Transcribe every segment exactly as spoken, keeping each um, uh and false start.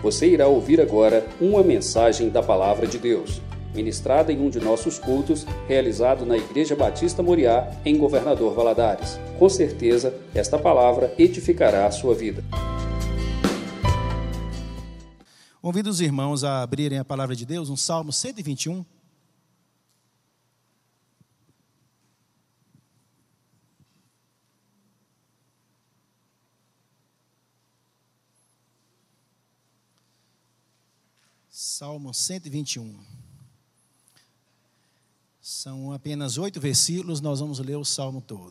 Você irá ouvir agora uma mensagem da Palavra de Deus, ministrada em um de nossos cultos, realizado na Igreja Batista Moriá, em Governador Valadares. Com certeza, esta palavra edificará a sua vida. Convido os irmãos a abrirem a Palavra de Deus, no Salmo cento e vinte e um. Salmo cento e vinte e um. São apenas oito versículos, nós vamos ler o Salmo todo.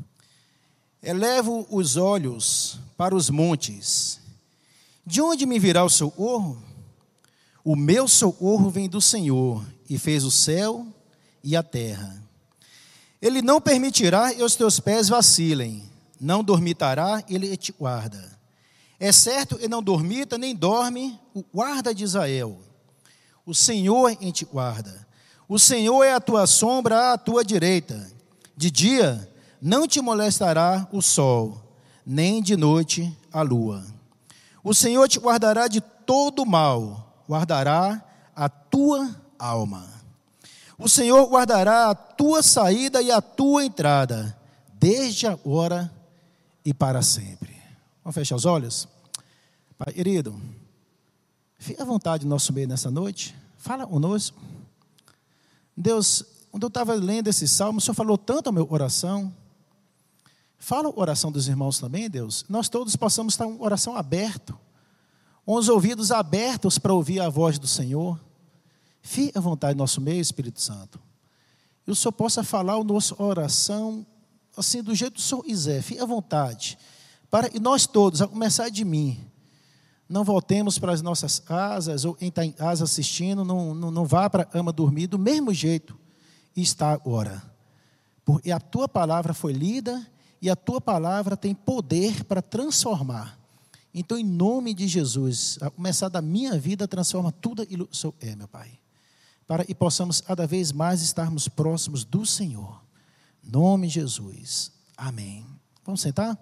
Elevo os olhos para os montes. De onde me virá o socorro? O meu socorro vem do Senhor, e fez o céu e a terra. Ele não permitirá que os teus pés vacilem, não dormitará, ele te guarda. É certo, ele não dormita, nem dorme o guarda de Israel. O Senhor em te guarda. O Senhor é a tua sombra à tua direita. De dia não te molestará o sol, nem de noite a lua. O Senhor te guardará de todo mal, guardará a tua alma. O Senhor guardará a tua saída e a tua entrada, desde agora e para sempre. Vamos fechar os olhos? Pai querido, fique à vontade no nosso meio nessa noite. Fala conosco. Deus, quando eu estava lendo esse salmo, o Senhor falou tanto ao meu coração. Fala a oração dos irmãos também, Deus. Nós todos possamos estar com o coração aberto, com os ouvidos abertos para ouvir a voz do Senhor. Fique à vontade no nosso meio, Espírito Santo. E o Senhor possa falar a nossa oração, assim, do jeito que o Senhor quiser. Fique à vontade. Para que nós todos, a começar de mim, não voltemos para as nossas casas, ou quem está em casa assistindo, não, não, não vá para a cama dormir do mesmo jeito e está agora. Porque a tua palavra foi lida e a tua palavra tem poder para transformar. Então, em nome de Jesus, a começar da minha vida, transforma tudo aquilo que o Senhor é, meu Pai. Para que possamos cada vez mais estarmos próximos do Senhor. Em nome de Jesus. Amém. Vamos sentar?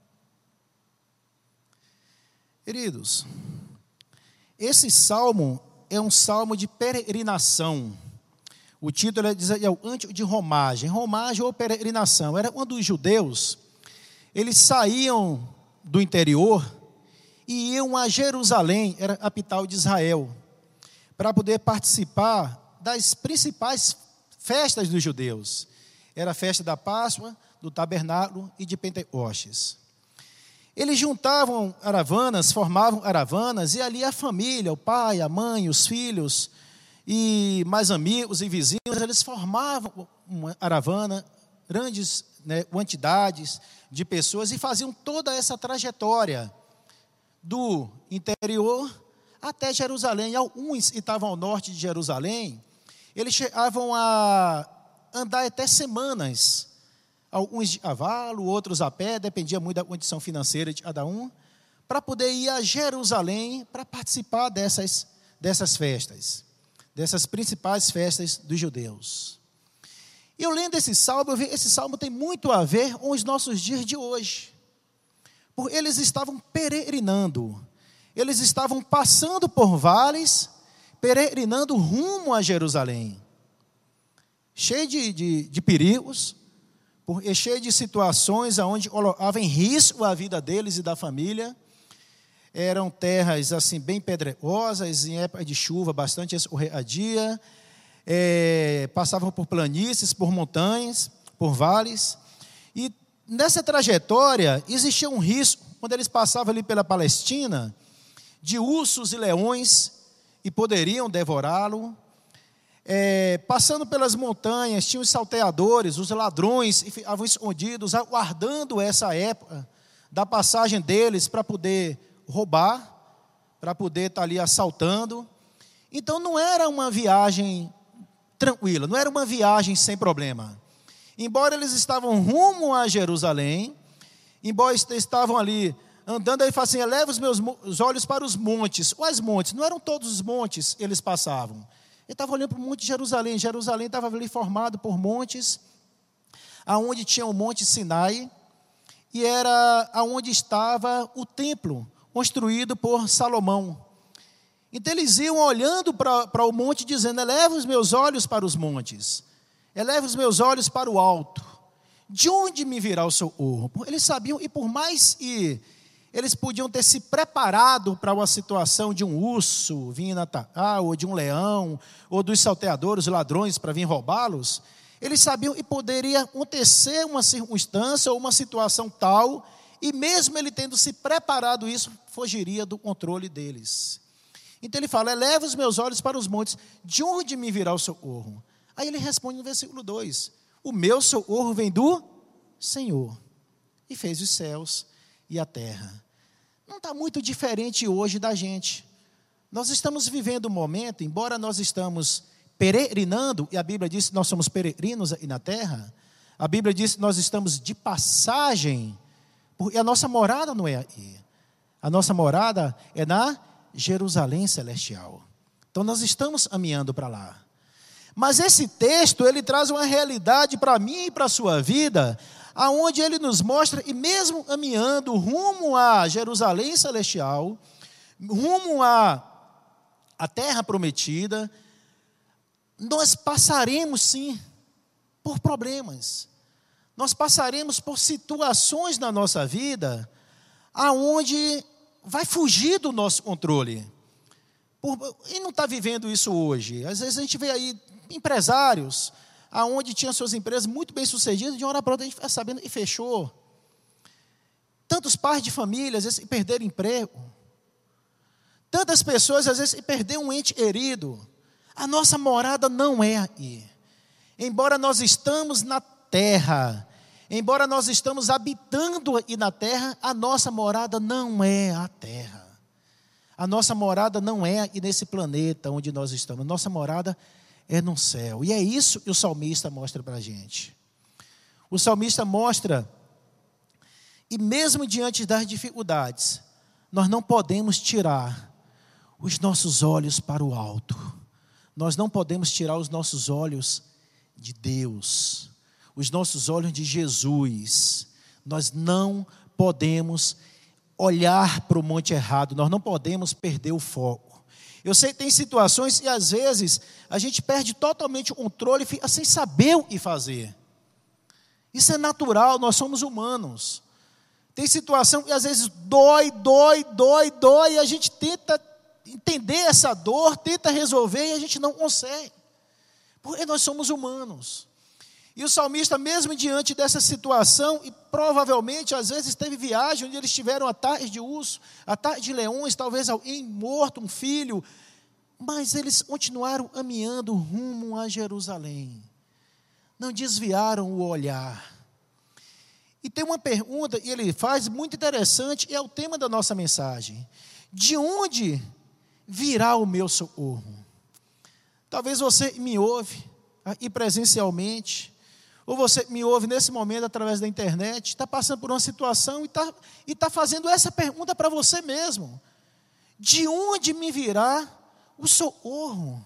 Queridos, esse salmo é um salmo de peregrinação. O título é, é o Cântico de Romagem. Romagem ou peregrinação. Era quando os judeus, eles saíam do interior e iam a Jerusalém, era a capital de Israel, para poder participar das principais festas dos judeus. Era a festa da Páscoa, do Tabernáculo e de Pentecostes. Eles juntavam caravanas, formavam caravanas, e ali a família, o pai, a mãe, os filhos, e mais amigos e vizinhos, eles formavam uma caravana, grandes, né, quantidades de pessoas, e faziam toda essa trajetória do interior até Jerusalém. Alguns que estavam ao norte de Jerusalém, eles chegavam a andar até semanas, alguns de cavalo, outros a pé, dependia muito da condição financeira de cada um, para poder ir a Jerusalém para participar dessas, dessas festas, dessas principais festas dos judeus. E eu lendo esse salmo, eu vi, esse salmo tem muito a ver com os nossos dias de hoje, porque eles estavam peregrinando, eles estavam passando por vales, peregrinando rumo a Jerusalém, cheio de, de, de perigos, é cheio de situações onde colocava em risco a vida deles e da família. Eram terras assim bem pedregosas, em época de chuva bastante escorregadia, é, passavam por planícies, por montanhas, por vales, e nessa trajetória existia um risco, quando eles passavam ali pela Palestina, de ursos e leões, e poderiam devorá-lo. É, passando pelas montanhas, tinham os salteadores, os ladrões, e ficavam escondidos, aguardando essa época da passagem deles para poder roubar, para poder estar ali assaltando. Então não era uma viagem tranquila, não era uma viagem sem problema. Embora eles estavam rumo a Jerusalém, embora estavam ali andando, ele fala assim: eleva os meus olhos para os montes. Quais montes? Não eram todos os montes que eles passavam. Ele estava olhando para o monte de Jerusalém. Jerusalém estava ali formado por montes, aonde tinha o monte Sinai, e era aonde estava o templo, construído por Salomão. Então eles iam olhando para, para o monte, dizendo: eleva os meus olhos para os montes, eleva os meus olhos para o alto, de onde me virá o socorro? Eles sabiam, e por mais que eles podiam ter se preparado para uma situação de um urso vindo atacar, ou de um leão, ou dos salteadores, os ladrões, para vir roubá-los, eles sabiam que poderia acontecer uma circunstância ou uma situação tal, e mesmo ele tendo se preparado isso, fugiria do controle deles. Então ele fala: eleva os meus olhos para os montes, de onde me virá o socorro? Aí ele responde no versículo dois: o meu socorro vem do Senhor, e fez os céus e a terra. Não está muito diferente hoje da gente. Nós estamos vivendo um momento, embora nós estamos peregrinando, e a Bíblia diz que nós somos peregrinos aí na terra, a Bíblia diz que nós estamos de passagem, porque a nossa morada não é aí. A nossa morada é na Jerusalém celestial. Então nós estamos caminhando para lá. Mas esse texto, ele traz uma realidade para mim e para a sua vida, aonde ele nos mostra, e mesmo caminhando rumo a Jerusalém celestial, rumo a, a terra prometida, nós passaremos sim por problemas. Nós passaremos por situações na nossa vida, aonde vai fugir do nosso controle. Por, e não está vivendo isso hoje. Às vezes a gente vê aí empresários, aonde tinham suas empresas muito bem sucedidas, de uma hora para outra a gente fica sabendo e fechou. Tantos pais de família, às vezes, perderam emprego. Tantas pessoas, às vezes, perderam um ente querido. A nossa morada não é aí. Embora nós estamos na terra, embora nós estamos habitando aí na terra, a nossa morada não é a terra. A nossa morada não é aqui nesse planeta onde nós estamos. Nossa morada é no céu. E é isso que o salmista mostra para a gente. O salmista mostra, e mesmo diante das dificuldades, nós não podemos tirar os nossos olhos para o alto. Nós não podemos tirar os nossos olhos de Deus, os nossos olhos de Jesus. Nós não podemos olhar para o monte errado, nós não podemos perder o foco. Eu sei que tem situações e às vezes a gente perde totalmente o controle e fica sem saber o que fazer. Isso é natural, nós somos humanos. Tem situação que às vezes dói, dói, dói, dói, e a gente tenta entender essa dor, tenta resolver e a gente não consegue. Porque nós somos humanos. E o salmista, mesmo diante dessa situação, e provavelmente, às vezes, teve viagem onde eles tiveram ataques de urso, ataques de leões, talvez alguém morto, um filho, mas eles continuaram caminhando rumo a Jerusalém. Não desviaram o olhar. E tem uma pergunta, e ele faz, muito interessante, e é o tema da nossa mensagem. De onde virá o meu socorro? Talvez você me ouve aqui presencialmente, ou você me ouve nesse momento através da internet, está passando por uma situação e está e tá fazendo essa pergunta para você mesmo. De onde me virá o socorro?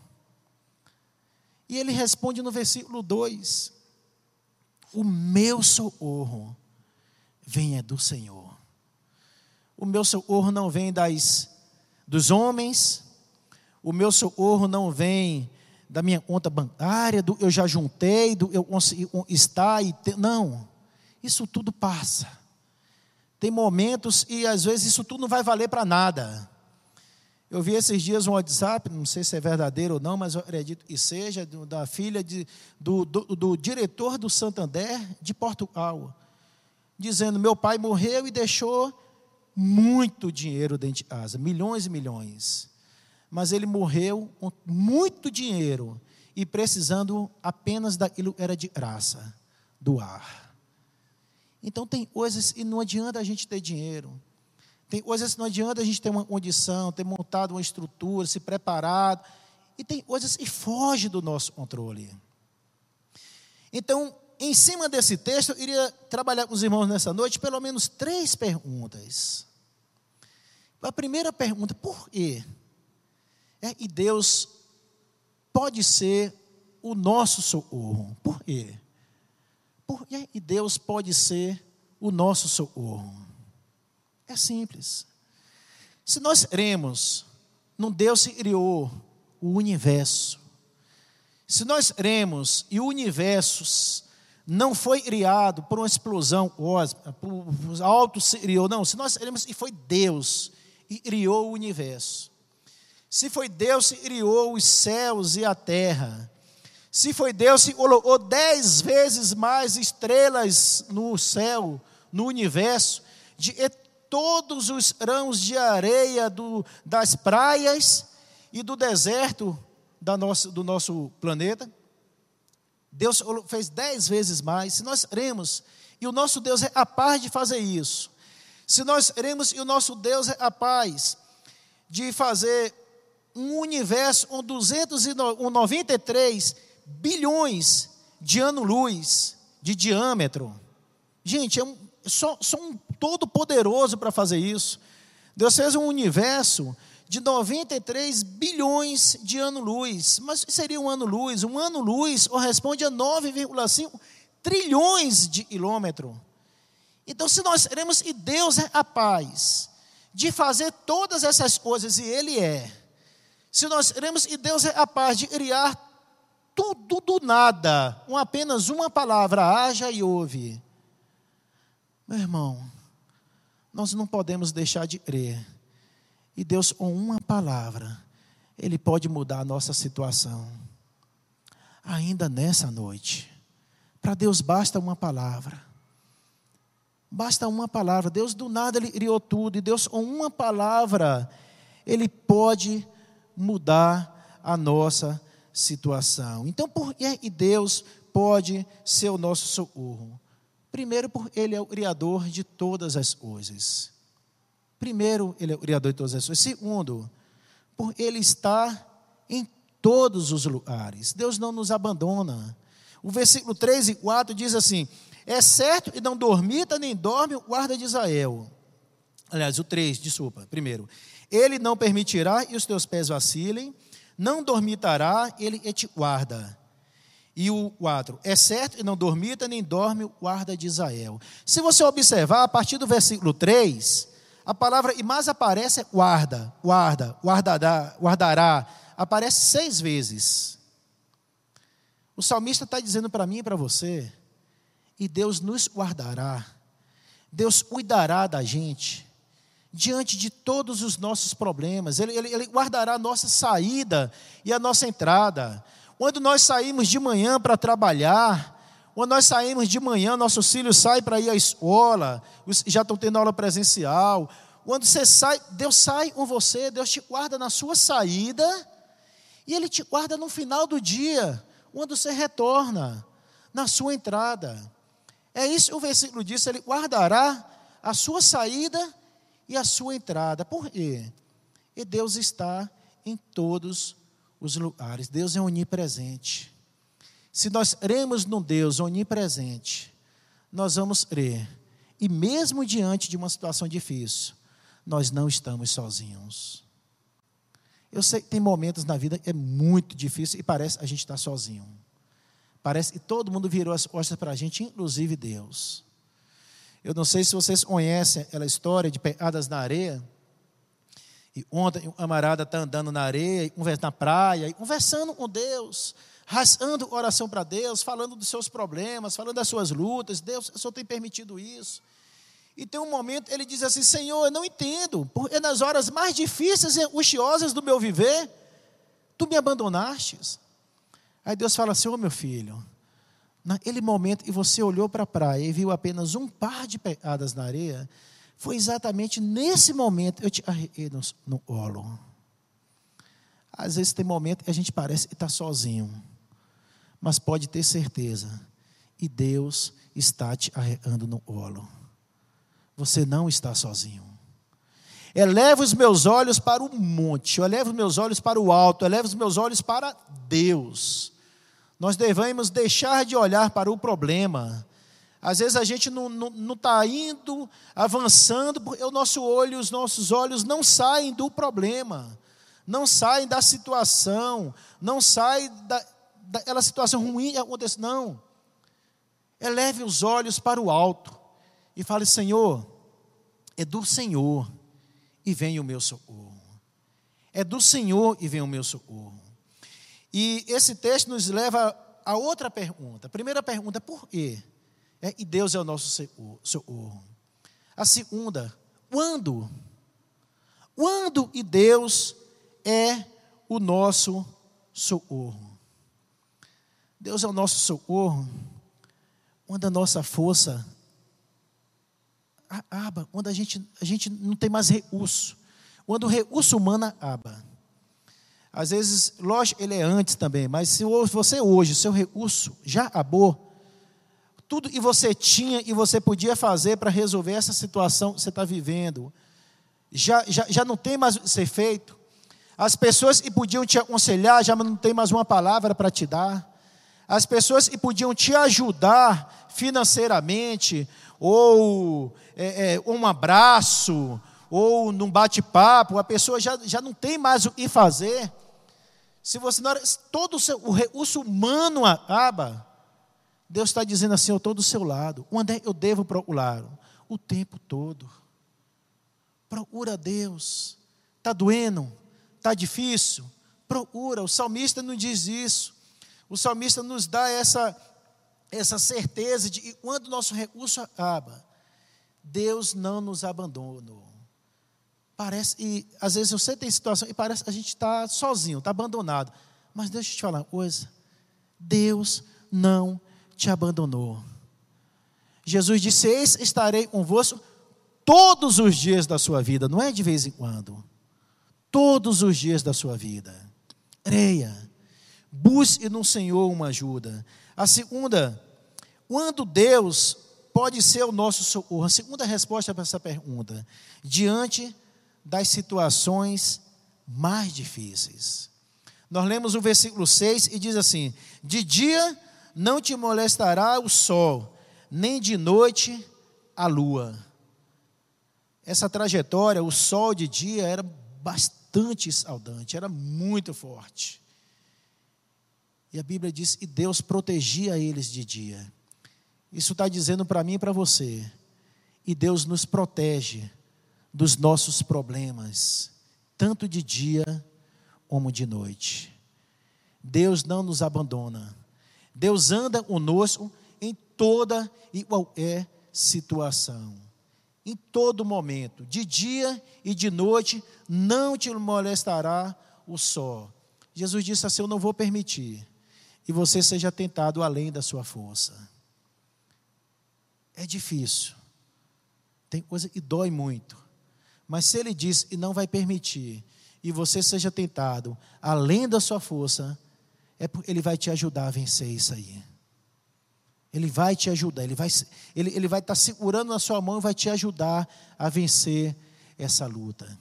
E ele responde no versículo dois: o meu socorro vem é do Senhor. O meu socorro não vem das, dos homens, o meu socorro não vem da minha conta bancária, do eu já juntei, do eu consegui estar e ter, não, isso tudo passa. Tem momentos e às vezes isso tudo não vai valer para nada. Eu vi esses dias um WhatsApp, não sei se é verdadeiro ou não, mas eu acredito que seja, da filha de, do, do, do diretor do Santander de Portugal, dizendo: meu pai morreu e deixou muito dinheiro dentro de casa, milhões e milhões. Mas ele morreu com muito dinheiro e precisando apenas daquilo que era de graça, doar. Então tem coisas e não adianta a gente ter dinheiro. Tem coisas que não adianta a gente ter uma condição, ter montado uma estrutura, se preparado. E tem coisas que fogem do nosso controle. Então, em cima desse texto, eu iria trabalhar com os irmãos nessa noite pelo menos três perguntas. A primeira pergunta: por quê? É, e Deus pode ser o nosso socorro. Por quê? Porque e Deus pode ser o nosso socorro. É simples. Se nós queremos num Deus que criou o universo. Se nós cremos e o universo não foi criado por uma explosão cósmica, por alto se criou, não. Se nós cremos e foi Deus que criou o universo. Se foi Deus que criou os céus e a terra. Se foi Deus que colocou dez vezes mais estrelas no céu, no universo, de todos os grãos de areia do, das praias e do deserto da nossa, do nosso planeta. Deus fez dez vezes mais. Se nós cremos, e o nosso Deus é capaz de fazer isso. Se nós cremos, e o nosso Deus é capaz de fazer um universo com duzentos e noventa e três bilhões de anos-luz de diâmetro. Gente, é um, só, só um todo-poderoso para fazer isso. Deus fez um universo de noventa e três bilhões de anos-luz. Mas seria um ano-luz? Um ano-luz corresponde a nove vírgula cinco trilhões de quilômetros. Então, se nós queremos que Deus é capaz de fazer todas essas coisas, e Ele é. Se nós queremos que Deus é capaz de criar tudo do nada, com apenas uma palavra, haja e ouve. Meu irmão, nós não podemos deixar de crer. E Deus, com uma palavra, Ele pode mudar a nossa situação. Ainda nessa noite. Para Deus basta uma palavra. Basta uma palavra. Deus do nada Ele criou tudo. E Deus com uma palavra, Ele pode mudar a nossa situação. Então, por que Deus pode ser o nosso socorro? Primeiro, porque Ele é o Criador de todas as coisas. Primeiro, Ele é o Criador de todas as coisas. Segundo, porque Ele está em todos os lugares. Deus não nos abandona. O versículo três e quatro diz assim: é certo e não dormita nem dorme o guarda de Israel. Aliás, o três, desculpa, primeiro. Ele não permitirá que os teus pés vacilem, não dormitará, Ele te guarda. E o quatro, é certo e não dormita nem dorme o guarda de Israel. Se você observar, a partir do versículo três, a palavra que mais aparece é guarda, guarda, guardará, guardará, aparece seis vezes. O salmista está dizendo para mim e para você, e Deus nos guardará, Deus cuidará da gente, diante de todos os nossos problemas, Ele, ele, ele guardará a nossa saída e a nossa entrada. Quando nós saímos de manhã para trabalhar, quando nós saímos de manhã, nossos filhos saem para ir à escola, já estão tendo aula presencial. Quando você sai, Deus sai com você, Deus te guarda na sua saída, e Ele te guarda no final do dia, quando você retorna, na sua entrada. É isso que o versículo diz, Ele guardará a sua saída e a sua entrada. Por quê? E Deus está em todos os lugares. Deus é onipresente. Se nós cremos num Deus onipresente, nós vamos crer. E mesmo diante de uma situação difícil, nós não estamos sozinhos. Eu sei que tem momentos na vida que é muito difícil e parece que a gente está sozinho. Parece que todo mundo virou as costas para a gente, inclusive Deus. Eu não sei se vocês conhecem aquela história de pegadas na areia. E ontem um camarada está andando na areia, na praia, e conversando com Deus, rasgando oração para Deus, falando dos seus problemas, falando das suas lutas. Deus, o Senhor tem permitido isso. E tem um momento, ele diz assim: Senhor, eu não entendo, porque nas horas mais difíceis e angustiosas do meu viver, Tu me abandonastes. Aí Deus fala assim: ô meu filho, naquele momento que você olhou para a praia e viu apenas um par de pegadas na areia, foi exatamente nesse momento que eu te arreei no, no colo. Às vezes tem momento que a gente parece que está sozinho, mas pode ter certeza, e Deus está te arreando no colo. Você não está sozinho. Eleva os meus olhos para o monte, eu elevo os meus olhos para o alto, eu elevo os meus olhos para Deus. Nós devemos deixar de olhar para o problema. Às vezes a gente não está indo, avançando, porque o nosso olho, os nossos olhos não saem do problema, não saem da situação, não saem da, daquela situação ruim que acontece, não. Eleve os olhos para o alto e fale: Senhor, é do Senhor e vem o meu socorro. É do Senhor e vem o meu socorro. E esse texto nos leva a outra pergunta. A primeira pergunta, por quê? É, e Deus é o nosso socorro. A segunda, quando? Quando e Deus é o nosso socorro? Deus é o nosso socorro quando a nossa força aba, quando a gente, a gente não tem mais recurso. Quando o recurso humano aba. Às vezes, lógico, ele é antes também, mas se você hoje, o seu recurso já acabou, tudo que você tinha e você podia fazer para resolver essa situação que você está vivendo, já, já, já não tem mais o que ser feito. As pessoas que podiam te aconselhar, já não tem mais uma palavra para te dar. As pessoas que podiam te ajudar financeiramente, ou é, é, um abraço, ou num bate-papo, a pessoa já, já não tem mais o que fazer. Se você não, todo o, seu, o recurso humano acaba, Deus está dizendo assim, eu estou do seu lado. Onde é que eu devo procurar? O tempo todo. Procura Deus. Está doendo? Está difícil? Procura. O salmista não diz isso. O salmista nos dá essa, essa certeza de que quando o nosso recurso acaba, Deus não nos abandonou. Parece, e às vezes você tem situação e parece que a gente está sozinho, está abandonado. Mas deixa eu te falar uma coisa. Deus não te abandonou. Jesus disse, eis, estarei convosco todos os dias da sua vida. Não é de vez em quando. Todos os dias da sua vida. Creia. Busque no Senhor uma ajuda. A segunda, quando Deus pode ser o nosso socorro? A segunda resposta para essa pergunta. Diante das situações mais difíceis. Nós lemos o versículo seis e diz assim, de dia não te molestará o sol, nem de noite a lua. Essa trajetória, o sol de dia era bastante saudante, era muito forte. E a Bíblia diz que Deus protegia eles de dia. Isso está dizendo para mim e para você. E Deus nos protege dos nossos problemas, tanto de dia como de noite. Deus não nos abandona. Deus anda conosco em toda e qualquer situação. Em todo momento, de dia e de noite, não te molestará o sol. Jesus disse assim, eu não vou permitir que você seja tentado além da sua força. É difícil. Tem coisa que dói muito. Mas se Ele diz e não vai permitir, e você seja tentado além da sua força, é porque Ele vai te ajudar a vencer isso aí. Ele vai te ajudar, Ele vai, ele, ele vai estar segurando na sua mão e vai te ajudar a vencer essa luta.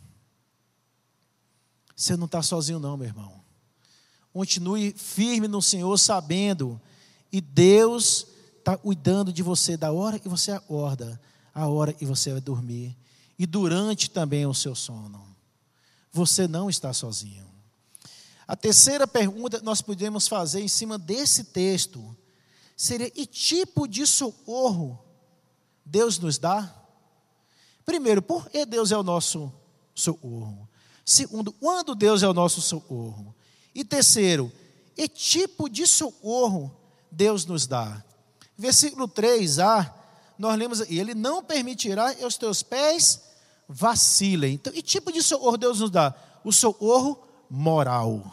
Você não está sozinho não, meu irmão. Continue firme no Senhor, sabendo, e Deus está cuidando de você da hora que você acorda, a hora que você vai dormir, e durante também o seu sono. Você não está sozinho. A terceira pergunta que nós podemos fazer em cima desse texto seria, que tipo de socorro Deus nos dá? Primeiro, por que Deus é o nosso socorro? Segundo, quando Deus é o nosso socorro? E terceiro, que tipo de socorro Deus nos dá? Versículo três a, nós lemos, e Ele não permitirá que os teus pés vacilem. Então, que tipo de socorro Deus nos dá? O socorro moral.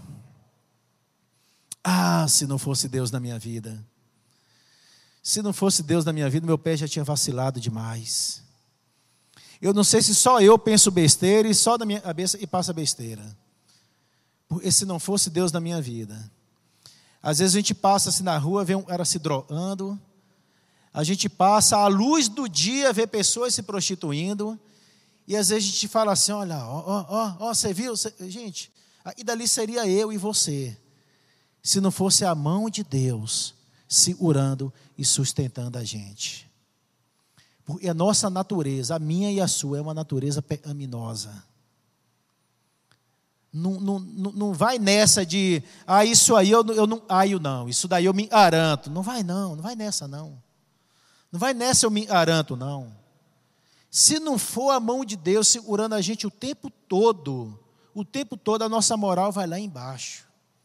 Ah, se não fosse Deus na minha vida. Se não fosse Deus na minha vida, meu pé já tinha vacilado demais. Eu não sei se só eu penso besteira e só da minha cabeça e passa besteira. Porque se não fosse Deus na minha vida. Às vezes a gente passa assim na rua, vê um cara se drogando. A gente passa à luz do dia, vê pessoas se prostituindo. E às vezes a gente fala assim, olha, ó, ó, ó, ó, você viu? Você... Gente, aí dali seria eu e você. Se não fosse a mão de Deus segurando e sustentando a gente. Porque a nossa natureza, a minha e a sua, é uma natureza pecaminosa. Não, não, não vai nessa de, ah, isso aí eu, eu não aio não, isso daí eu me garanto. Não vai não, não vai nessa não. Não vai nessa eu me garanto não. Se não for a mão de Deus segurando a gente o tempo todo, o tempo todo a nossa moral vai lá embaixo.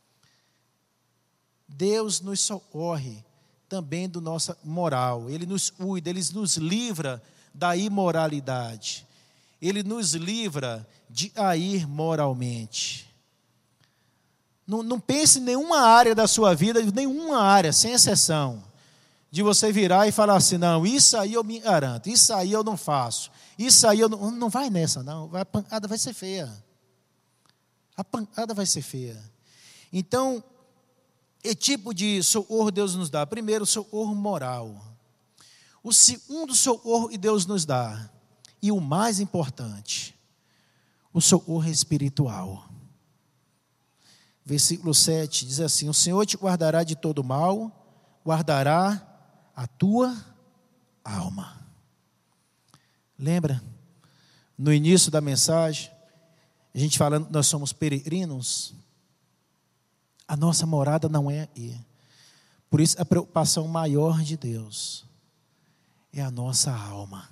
Deus nos socorre também do nossa moral. Ele nos cuida, Ele nos livra da imoralidade. Ele nos livra de agir moralmente. Não, não pense em nenhuma área da sua vida, nenhuma área, sem exceção, de você virar e falar assim, não, isso aí eu me garanto, isso aí eu não faço, isso aí eu não... Não vai nessa, não. A pancada vai ser feia. A pancada vai ser feia. Então, que tipo de socorro Deus nos dá? Primeiro, socorro moral. O segundo socorro que Deus nos dá, e o mais importante, o socorro espiritual. Versículo sete diz assim: o Senhor te guardará de todo mal, guardará a tua alma. Lembra? No início da mensagem, a gente falando que nós somos peregrinos. A nossa morada não é aí. Por isso a preocupação maior de Deus é a nossa alma.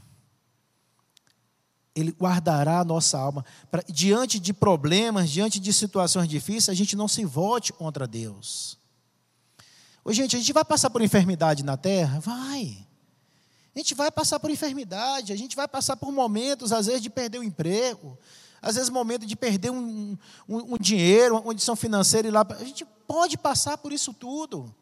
Ele guardará a nossa alma. Pra, diante de problemas, diante de situações difíceis, a gente não se volte contra Deus. Ô, gente, a gente vai passar por enfermidade na terra? Vai. A gente vai passar por enfermidade, a gente vai passar por momentos, às vezes, de perder o emprego, às vezes, momento de perder um, um, um dinheiro, uma condição financeira. E lá, a gente pode passar por isso tudo.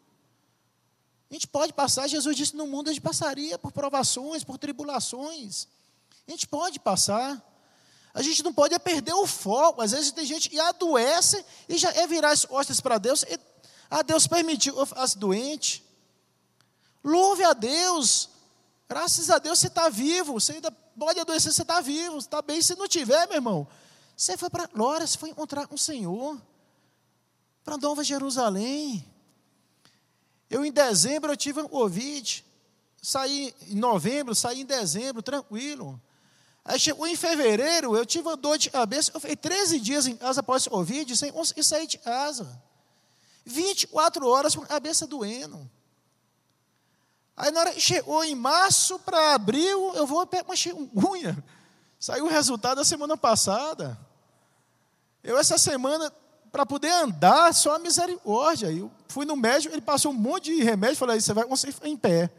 A gente pode passar, Jesus disse, no mundo a gente passaria por provações, por tribulações. A gente pode passar. A gente não pode é perder o foco. Às vezes tem gente que adoece e já é virar as costas para Deus. E, ah, Deus permitiu, eu faço doente. Louve a Deus. Graças a Deus você está vivo. Você ainda pode adoecer, você está vivo. Está bem, se não tiver, meu irmão. Você foi para glória, você foi encontrar com o Senhor. Para Nova Jerusalém. Eu em dezembro eu tive um Covid. Saí em novembro, saí em dezembro, tranquilo. Aí chegou em fevereiro, eu tive uma dor de cabeça. Eu fiquei treze dias em casa após o Covid, sem conseguir sair de casa. vinte e quatro horas com a cabeça doendo. Aí na hora que chegou em março para abril, eu vou pegar uma chikungunya. Saiu o resultado da semana passada. Eu essa semana, para poder andar, só a misericórdia. Eu fui no médico, ele passou um monte de remédio, falei, você vai conseguir ficar em pé.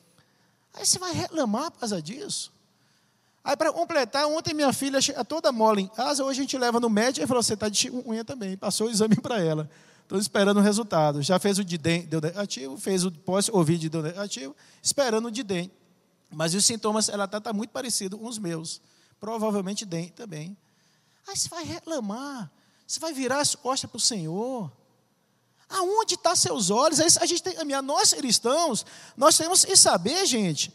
Aí você vai reclamar por causa disso. Aí para completar, ontem minha filha chega toda mole em casa, hoje a gente leva no médico e falou, você está de chikungunya também. Passou o exame para ela. Estou esperando o resultado. Já fez o de dente, deu negativo, fez o pós-Covid, deu negativo, esperando o de dente. Mas os sintomas, ela está tá muito parecido com os meus. Provavelmente dente também. Aí você vai reclamar, você vai virar as costas para o Senhor. Aonde estão seus olhos? A gente tem, nós cristãos, nós temos que saber, gente,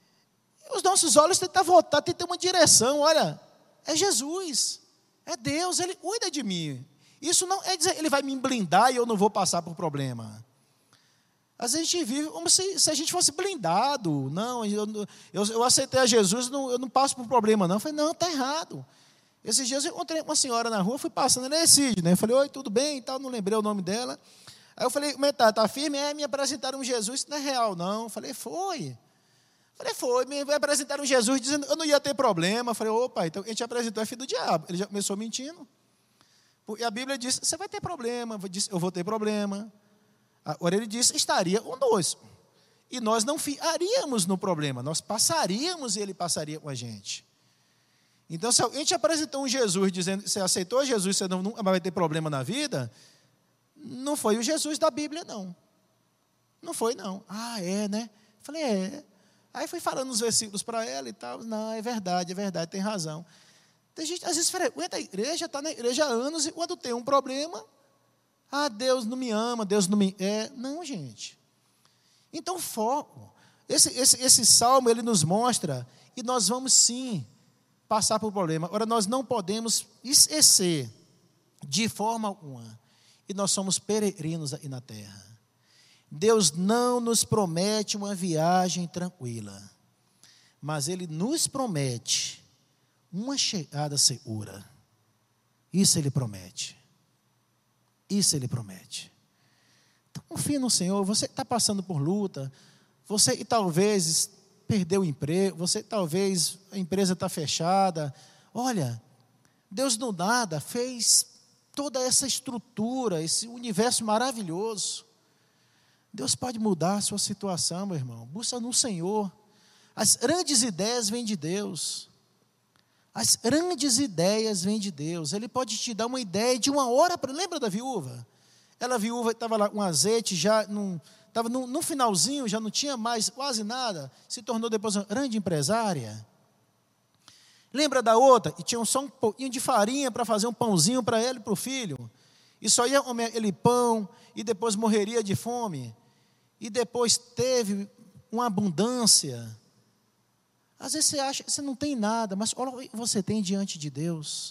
os nossos olhos têm que estar voltados, têm que ter uma direção. Olha, é Jesus, é Deus, Ele cuida de mim. Isso não é dizer, Ele vai me blindar e eu não vou passar por problema. Às vezes a gente vive como se, se a gente fosse blindado. Não, eu, eu, eu aceitei a Jesus, não, eu não passo por problema, não. Eu falei, não, está errado. Esses dias eu encontrei uma senhora na rua, fui passando, ela é Cid, né? Eu falei, oi, tudo bem e tal, não lembrei o nome dela. Aí eu falei, como é que tá? Está firme? É, me apresentaram um Jesus, isso não é real, não. Eu falei, foi. Eu falei, foi, me apresentaram um Jesus dizendo que eu não ia ter problema. Eu falei, opa, então a gente apresentou é filho do diabo. Ele já começou mentindo. E a Bíblia diz, você vai ter problema. Eu disse, eu vou ter problema. Agora ele disse, estaria conosco. E nós não ficaríamos no problema, nós passaríamos e ele passaria com a gente. Então, se alguém te apresentou um Jesus dizendo que você aceitou Jesus, você não, nunca vai ter problema na vida, não foi o Jesus da Bíblia, não. Não foi, não. Ah, é, né? Falei, é. Aí fui falando os versículos para ela e tal. Não, é verdade, é verdade, tem razão. Tem gente, às vezes, frequenta a igreja, está na igreja há anos, e quando tem um problema, ah, Deus não me ama, Deus não me... É, não, gente. Então, foco. Esse, esse, esse salmo, ele nos mostra, e nós vamos, sim, passar por problema. Agora, nós não podemos esquecer, de forma alguma, e nós somos peregrinos aí na terra. Deus não nos promete uma viagem tranquila, mas Ele nos promete uma chegada segura. Isso Ele promete. Isso Ele promete. Então, confie no Senhor. Você está passando por luta, você que talvez perdeu o emprego, você talvez a empresa está fechada. Olha, Deus do nada fez toda essa estrutura, esse universo maravilhoso. Deus pode mudar a sua situação, meu irmão. Busca no Senhor. As grandes ideias vêm de Deus. As grandes ideias vêm de Deus. Ele pode te dar uma ideia de uma hora para... Lembra da viúva? Ela, viúva, estava lá com azeite, já num, estava no, no finalzinho, já não tinha mais quase nada. Se tornou depois uma grande empresária. Lembra da outra? E tinha só um pouquinho de farinha para fazer um pãozinho para ela e para o filho. E só ia comer aquele pão e depois morreria de fome. E depois teve uma abundância. Às vezes você acha que você não tem nada, mas olha o que você tem diante de Deus.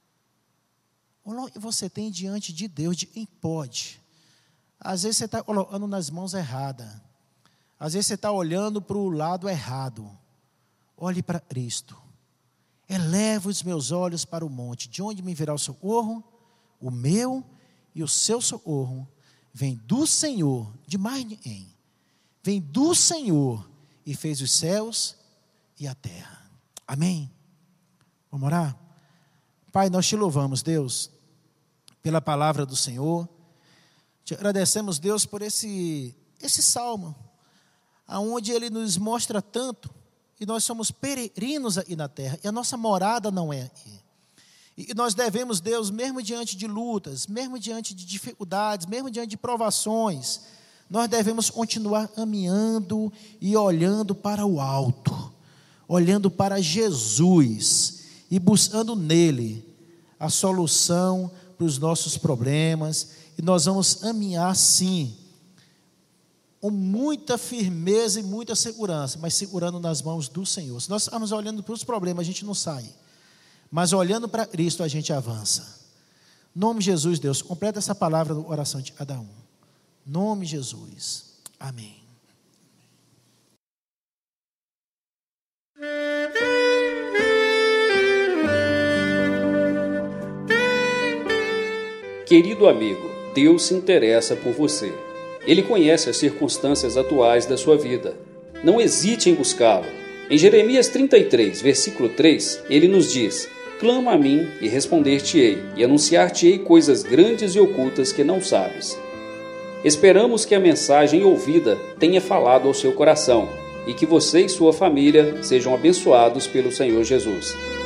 Olha o que você tem diante de Deus, de quem pode. Às vezes você está colocando nas mãos erradas. Às vezes você está olhando para o lado errado. Olhe para Cristo. Eleva os meus olhos para o monte. De onde me virá o socorro? O meu e o seu socorro vem do Senhor, de mais ninguém. Vem do Senhor e fez os céus e a terra. Amém? Vamos orar? Pai, nós te louvamos, Deus, pela palavra do Senhor. Te agradecemos, Deus, por esse, esse salmo, aonde ele nos mostra tanto, e nós somos peregrinos aqui na terra, e a nossa morada não é aqui. E nós devemos, Deus, mesmo diante de lutas, mesmo diante de dificuldades, mesmo diante de provações, nós devemos continuar caminhando e olhando para o alto, olhando para Jesus e buscando nele a solução para os nossos problemas, e nós vamos caminhar sim, com muita firmeza e muita segurança, mas segurando nas mãos do Senhor. Se nós estamos olhando para os problemas, a gente não sai, mas olhando para Cristo, a gente avança. Em nome de Jesus, Deus, completa essa palavra no coração de cada um. Em nome de Jesus. Amém. Querido amigo, Deus se interessa por você. Ele conhece as circunstâncias atuais da sua vida. Não hesite em buscá-lo. Em Jeremias trinta e três, versículo três, ele nos diz: clama a mim e responder-te-ei, e anunciar-te-ei coisas grandes e ocultas que não sabes. Esperamos que a mensagem ouvida tenha falado ao seu coração e que você e sua família sejam abençoados pelo Senhor Jesus.